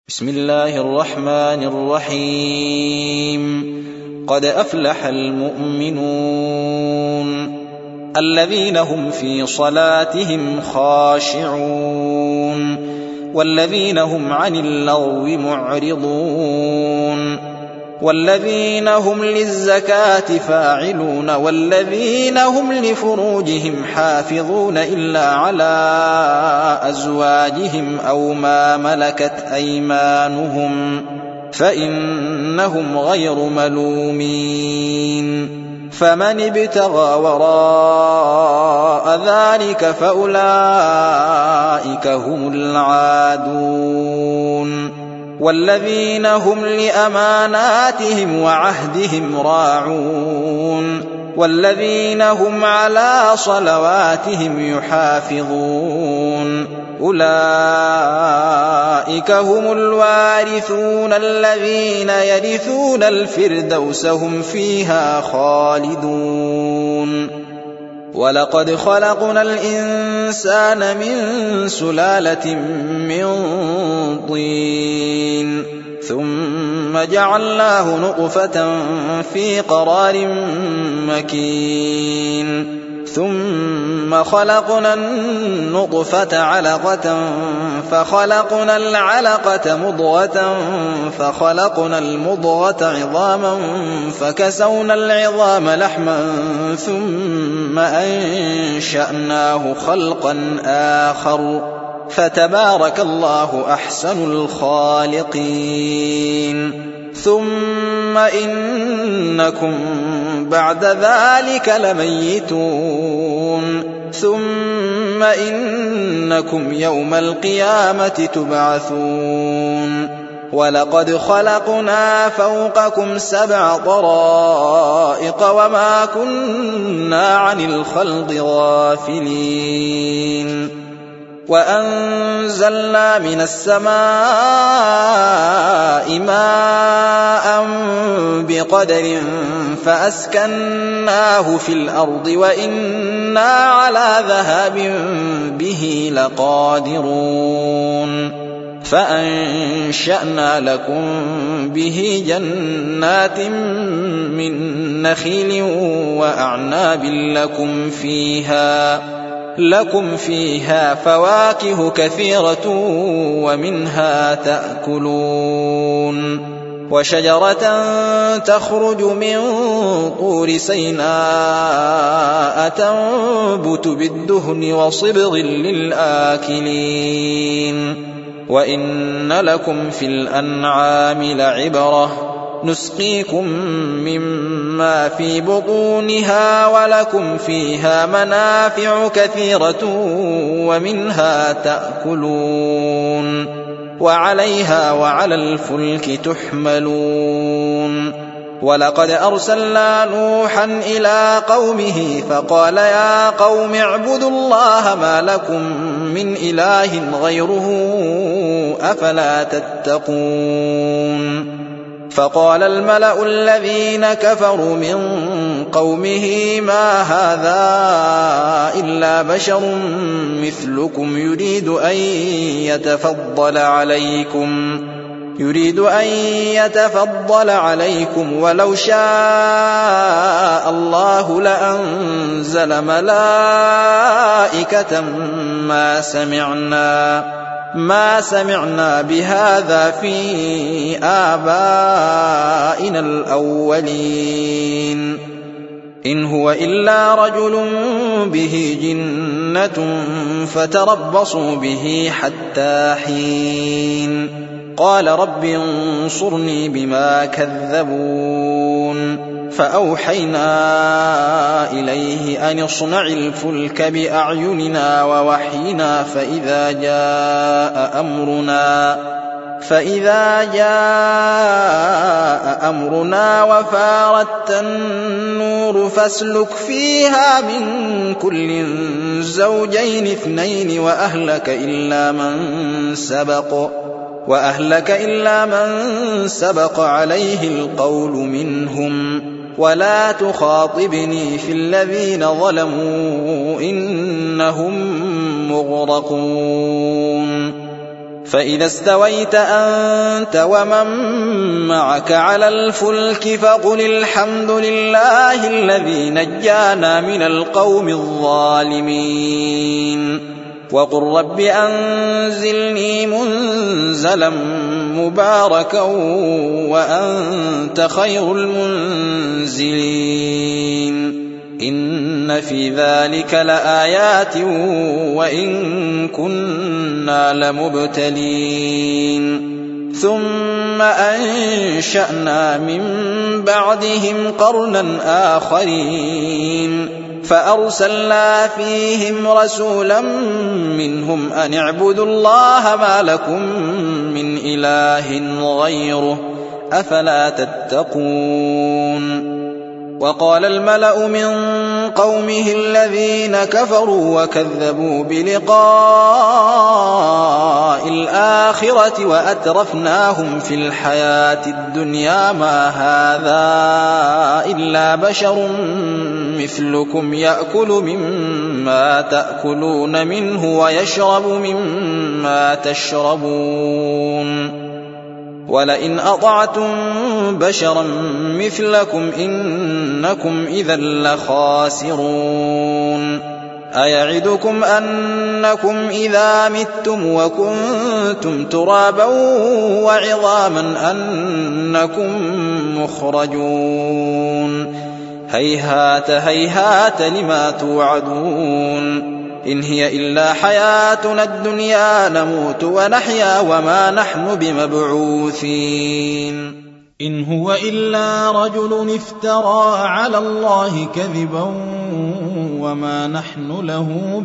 بسم الله الرحمن الرحيم. قد أفلح المؤمنون الذين هم في صلاتهم خاشعون والذين هم عن اللغو معرضون والذين هم للزكاة فاعلون والذين هم لفروجهم حافظون إلا على أزواجهم أو ما ملكت أيمانهم فإنهم غير ملومين. فمن ابتغى وراء ذلك فأولئك هم العادون والذين هم لأماناتهم وعهدهم راعون والذين هم على صلواتهم يحافظون أولئك هم الوارثون الذين يرثون الفردوس هم فيها خالدون. ولقد خلقنا الإنسان من سلالة من طين ثم جعلناه نطفة في قرار مكين ثم خلقنا النطفة علقة فخلقنا العلقة مضغة فخلقنا المضغة عظاما فكسونا العظام لحما ثم أنشأناه خلقا آخر فتبارك الله أحسن الخالقين. ثم إنكم بعد ذلك لميتون ثم إنكم يوم القيامة تبعثون. ولقد خلقنا فوقكم 7 طرائق وما كنا عن الخلق غافلين. وأنزلنا من السماء ماء بقدر فأسكناه في الأرض وإنا على ذهاب به لقادرون. فأنشأنا لكم به جنات من نخيل وأعناب لكم فيها فواكه كثيرة ومنها تأكلون. وشجرة تخرج من طور سيناء تنبت بالدهن وصبغ للآكلين. وإن لكم في الأنعام لعبرة نسقيكم مما في بطونها ولكم فيها منافع كثيرة ومنها تأكلون وعليها وعلى الفلك تحملون. ولقد أرسلنا نوحا إلى قومه فقال يا قوم اعبدوا الله ما لكم من إله غيره أفلا تتقون. فقال الملأ الذين كفروا من قومه ما هذا إلا بشر مثلكم يريد أن يتفضل عليكم ولو شاء الله لأنزل ملائكة ما سمعنا بهذا في آبائنا الأولين إن هو إلا رجل به جنة فتربصوا به حتى حين. قال رب انصرني بما كذبون. فأوحينا إليه أن اصنع الفلك بأعيننا ووحينا فإذا جاء أمرنا وفارت النور فاسلك فيها من كل زوجين 2 وأهلك إلا من سبق عليه القول منهم ولا تخاطبني في الذين ظلموا إنهم مغرقون. فإذا استويت أنت ومن معك على الفلك فقل الحمد لله الذي نجانا من القوم الظالمين وقل رب أنزلني منزلا مباركا وأنت خير المنزلين إن في ذلك لآيات وإن كنا لمبتلين ثم أنشأنا من بعدهم قرنا آخرين فأرسلنا فيهم رسولا منهم أن اعبدوا الله ما لكم من إله غيره أفلا تتقون وقال الملأ من قومه الذين كفروا وكذبوا بلقاء الآخرة وأترفناهم في الحياة الدنيا ما هذا إلا بشر مثلكم يأكل مما تأكلون منه ويشرب مما تشربون ولئن أطعتم بشرا مثلكم إنكم إذا لخاسرون أيعدكم أنكم إذا متم وكنتم ترابا وعظاما أنكم مخرجون هيهات هيهات لما توعدون إن هي إلا حياتنا الدنيا نموت ونحيا وما نحن بمبعوثين إن هو إلا رجل افترى على الله كذبا وما نحن له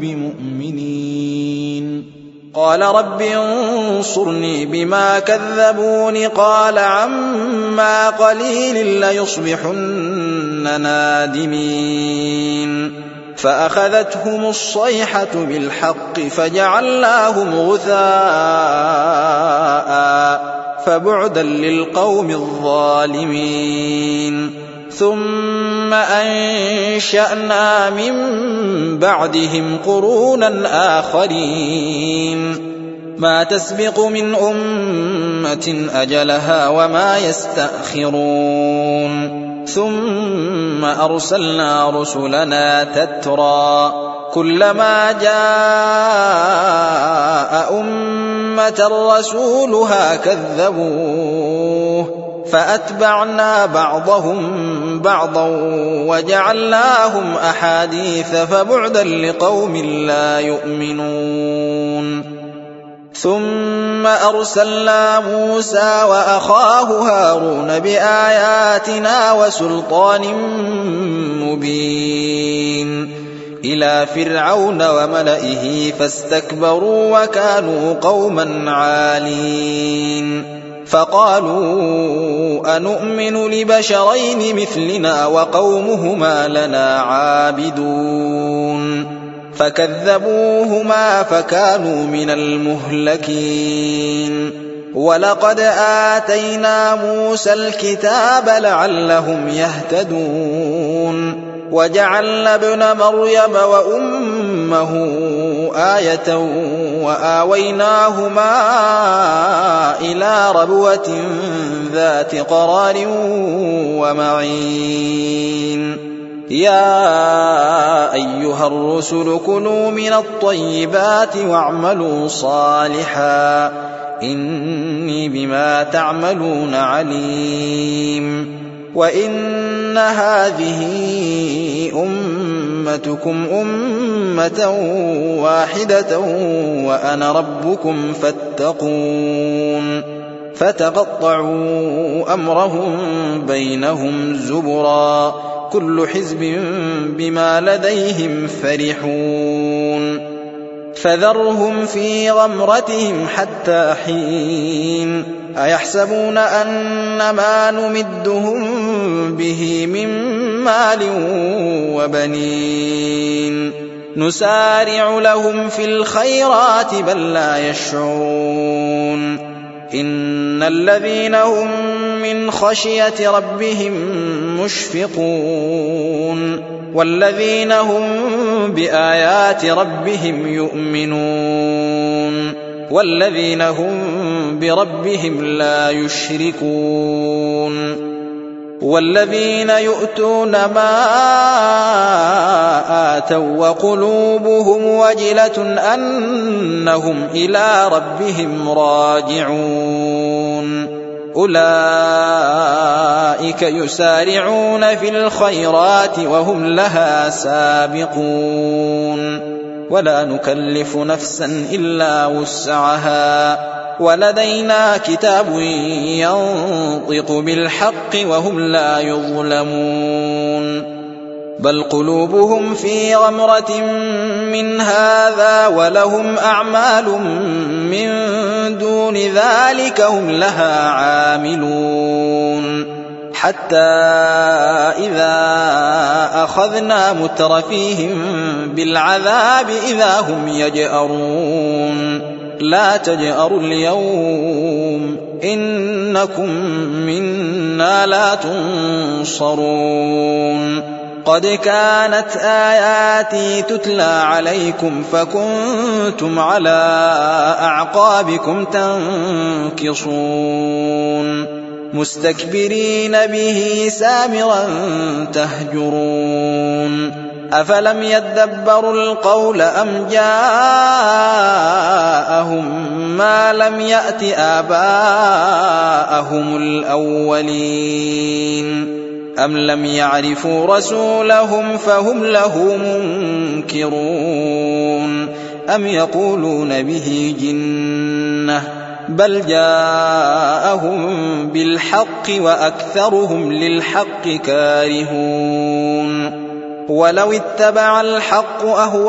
بمؤمنين قال رب انصرني بما كذبون قال عما قليل ليصبحن نادمين فأخذتهم الصيحة بالحق فجعلناهم غثاء فبعدا للقوم الظالمين ثم أنشأنا من بعدهم قرونا آخرين ما تسبق من أمة أجلها وما يستأخرون ثم أرسلنا رسلنا تترى كلما جاء أمة رسولها كذبوه فأتبعنا بعضهم بعضا وجعلناهم أحاديث فبعدا لقوم لا يؤمنون ثم أرسلنا موسى وأخاه هارون بآياتنا وسلطان مبين إلى فرعون وملئه فاستكبروا وكانوا قوما عالين فقالوا أنؤمن لبشرين مثلنا وقومهما لنا عابدون فكذبوهما فكانوا من المهلكين ولقد آتينا موسى الكتاب لعلهم يهتدون وجعلنا ابن مريم وأمه آية وآويناهما إلى ربوة ذات قرار ومعين يا أيها الرسل كلوا من الطيبات واعملوا صالحا إني بما تعملون عليم وإن هذه أمتكم أمة واحدة وأنا ربكم فاتقون فتقطعوا أمرهم بينهم زبرا كل حزب بما لديهم فرحون فذرهم في غمرتهم حتى حين أيحسبون أن ما نمدهم به من مال وبنين نسارع لهم في الخيرات بل لا يشعرون إن الذين هم من خشية ربهم مشفقون والذين هم بآيات ربهم يؤمنون والذين هم بربهم لا يشركون والذين يؤتون ما آتوا وقلوبهم وجلة أنهم إلى ربهم راجعون أولئك يسارعون في الخيرات وهم لها سابقون ولا نكلف نفسا إلا وسعها ولدينا كتاب ينطق بالحق وهم لا يظلمون بل قلوبهم في غمرة من هذا ولهم أعمال من دون ذلك هم لها عاملون حتى إذا أخذنا مترفيهم بالعذاب إذا هم يجأرون لا تجأروا اليوم إنكم منا لا تنصرون قد كانت آياتي تتلى عليكم فكنتم على أعقابكم تنكصون مستكبرين به سامرا تهجرون أفلم يدبروا القول أم جاءهم ما لم يأت آباءهم الأولين أم لم يعرفوا رسولهم فهم له منكرون أم يقولون به جنة بل جاءهم بالحق وأكثرهم للحق كارهون ولو اتبع الحق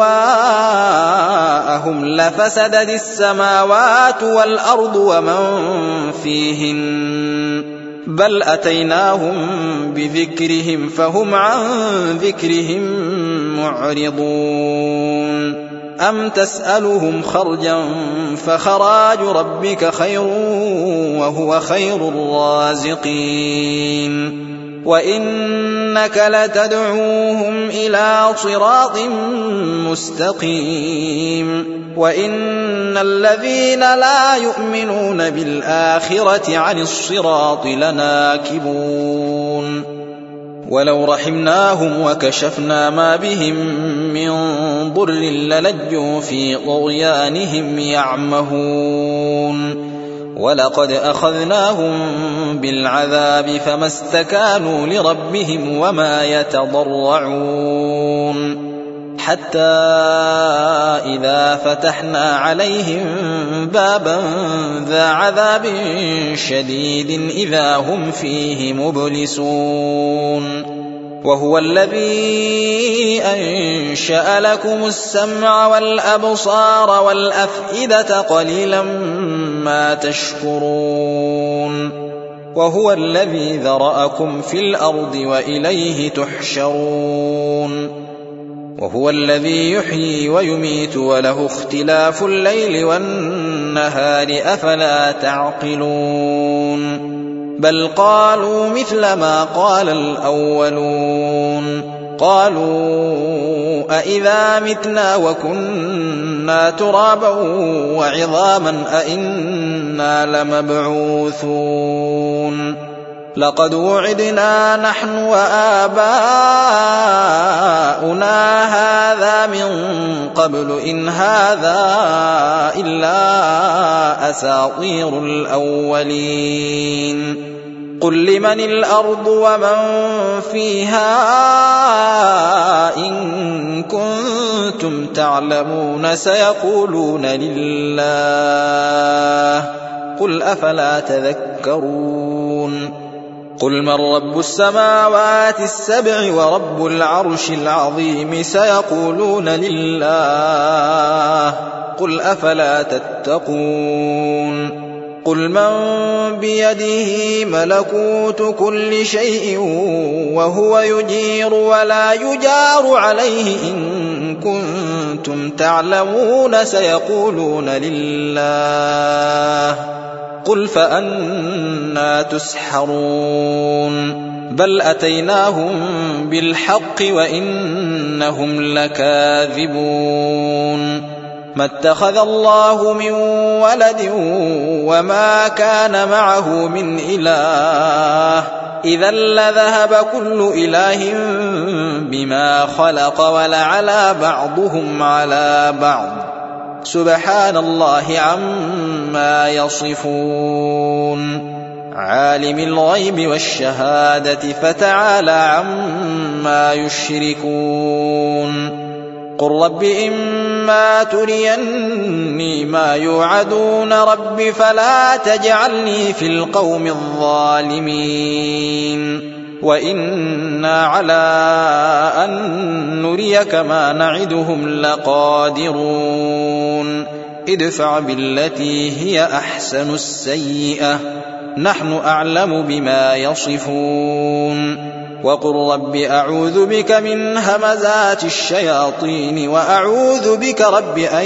أهواءهم لفسدت السماوات والأرض ومن فيهن بل أتيناهم بذكرهم فهم عن ذكرهم معرضون أم تسألهم خرجا فخراج ربك خير وهو خير الرازقين وإنك لتدعوهم إلى صراط مستقيم وإن الذين لا يؤمنون بالآخرة عن الصراط لناكبون ولو رحمناهم وكشفنا ما بهم من ضر للجوا في طغيانهم يعمهون ولقد أخذناهم بالعذاب فما استكانوا لربهم وما يتضرعون حتى إذا فتحنا عليهم بابا ذا عذاب شديد إذا هم فيه مبلسون وهو الذي أنشأ لكم السمع والأبصار والأفئدة قليلا ما تشكرون وهو الذي ذرأكم في الأرض وإليه تحشرون وهو الذي يحيي ويميت وله اختلاف الليل والنهار أفلا تعقلون بل قالوا مثل ما قال الأولون قالوا أإذا متنا وكنا ترابا وعظاما أإنا لمبعوثون لقد وعدنا نحن وآباؤنا هذا من قبل إن هذا إلا أساطير الأولين قل لمن الأرض ومن فيها إن كنتم تعلمون سيقولون لله قل أفلا تذكرون قل من رب السماوات السبع ورب العرش العظيم سيقولون لله قل أفلا تتقون قل من بيده ملكوت كل شيء وهو يجير ولا يجار عليه إن كنتم تعلمون سيقولون لله قل فأنا تسحرون بل أتيناهم بالحق وإنهم لكاذبون ما اتخذ الله من ولد وما كان معه من إله إذا لذهب كل إله بما خلق ولعلى بعضهم على بعض سبحان الله عما يصفون عالم الغيب والشهادة فتعالى عما يشركون قل رب إما تريني ما يوعدون رب فلا تجعلني في القوم الظالمين وإنا على أن نريك ما نعدهم لقادرون ادفع بالتي هي أحسن السيئة نحن أعلم بما يصفون وقل رب أعوذ بك من همزات الشياطين وأعوذ بك رب أن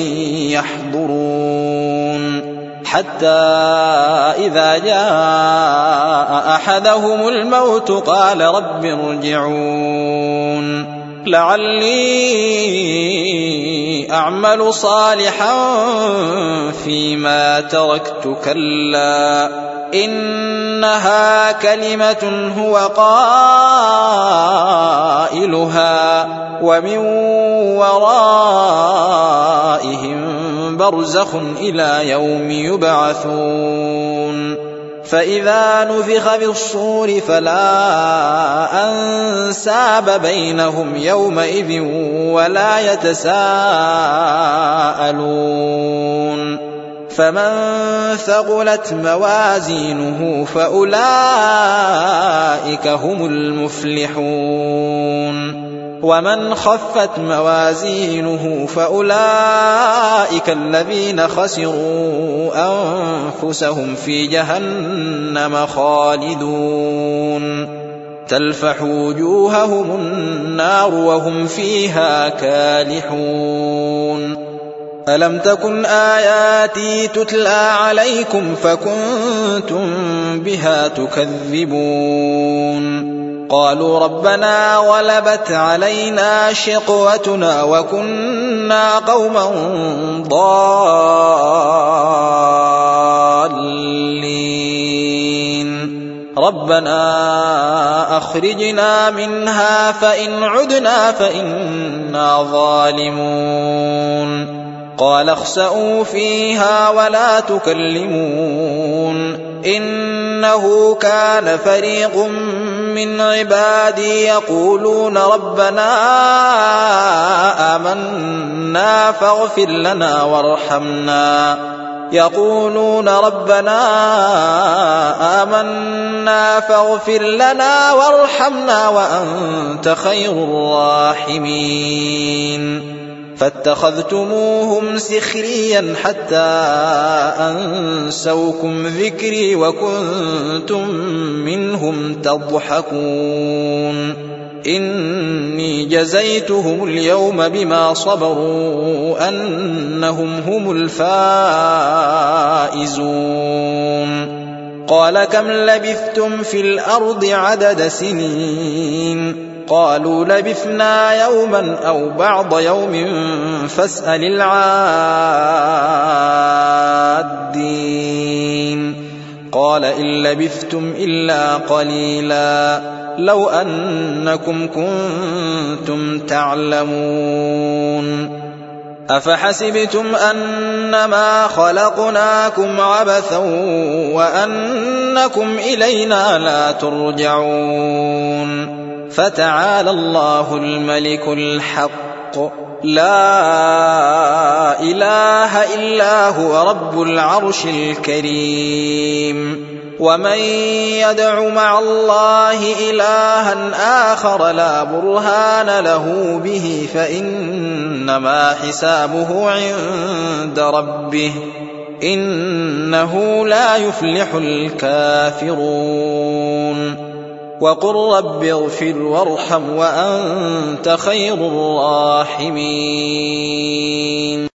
يحضرون حتى إذا جاء أحدهم الموت قال رب ارجعون لعلي أعمل صالحا فيما تركت كلا إنها كلمة هو قائلها ومن ورائهم برزخ إلى يوم يبعثون فإذا نفخ في الصور فلا أنساب بينهم يومئذ ولا يتساءلون فمن ثقلت موازينه فأولئك هم المفلحون ومن خفت موازينه فأولئك الذين خسروا أنفسهم في جهنم خالدون تلفح وجوههم النار وهم فيها كالحون ألم تكن آياتي تتلى عليكم فكنتم بها تكذبون قالوا ربنا غلبت علينا شقوتنا وكنا قوما ضالين ربنا أخرجنا منها فإن عدنا فإنا ظالمون قال اخسئوا فيها ولا تكلمون إنه كان فريق من عبادي يقولون ربنا آمنا فاغفر لنا وارحمنا وأنت خير الراحمين فاتخذتموهم سخريا حتى أنسوكم ذكري وكنتم منهم تضحكون إني جزيتهم اليوم بما صبروا أنهم هم الفائزون قال كم لبثتم في الأرض عدد سنين قالوا لبثنا يوما أو بعض يوم فاسأل العادين قال إن لبثتم إلا قليلا لو أنكم كنتم تعلمون أفحسبتم أنما خلقناكم عبثا وأنكم إلينا لا ترجعون فتعالى الله الملك الحق لا إله إلا هو رب العرش الكريم ومن يدع مع الله إلها آخر لا برهان له به فإنما حسابه عند ربه إنه لا يفلح الكافرون وقل رب اغفر وارحم وأنت خير الراحمين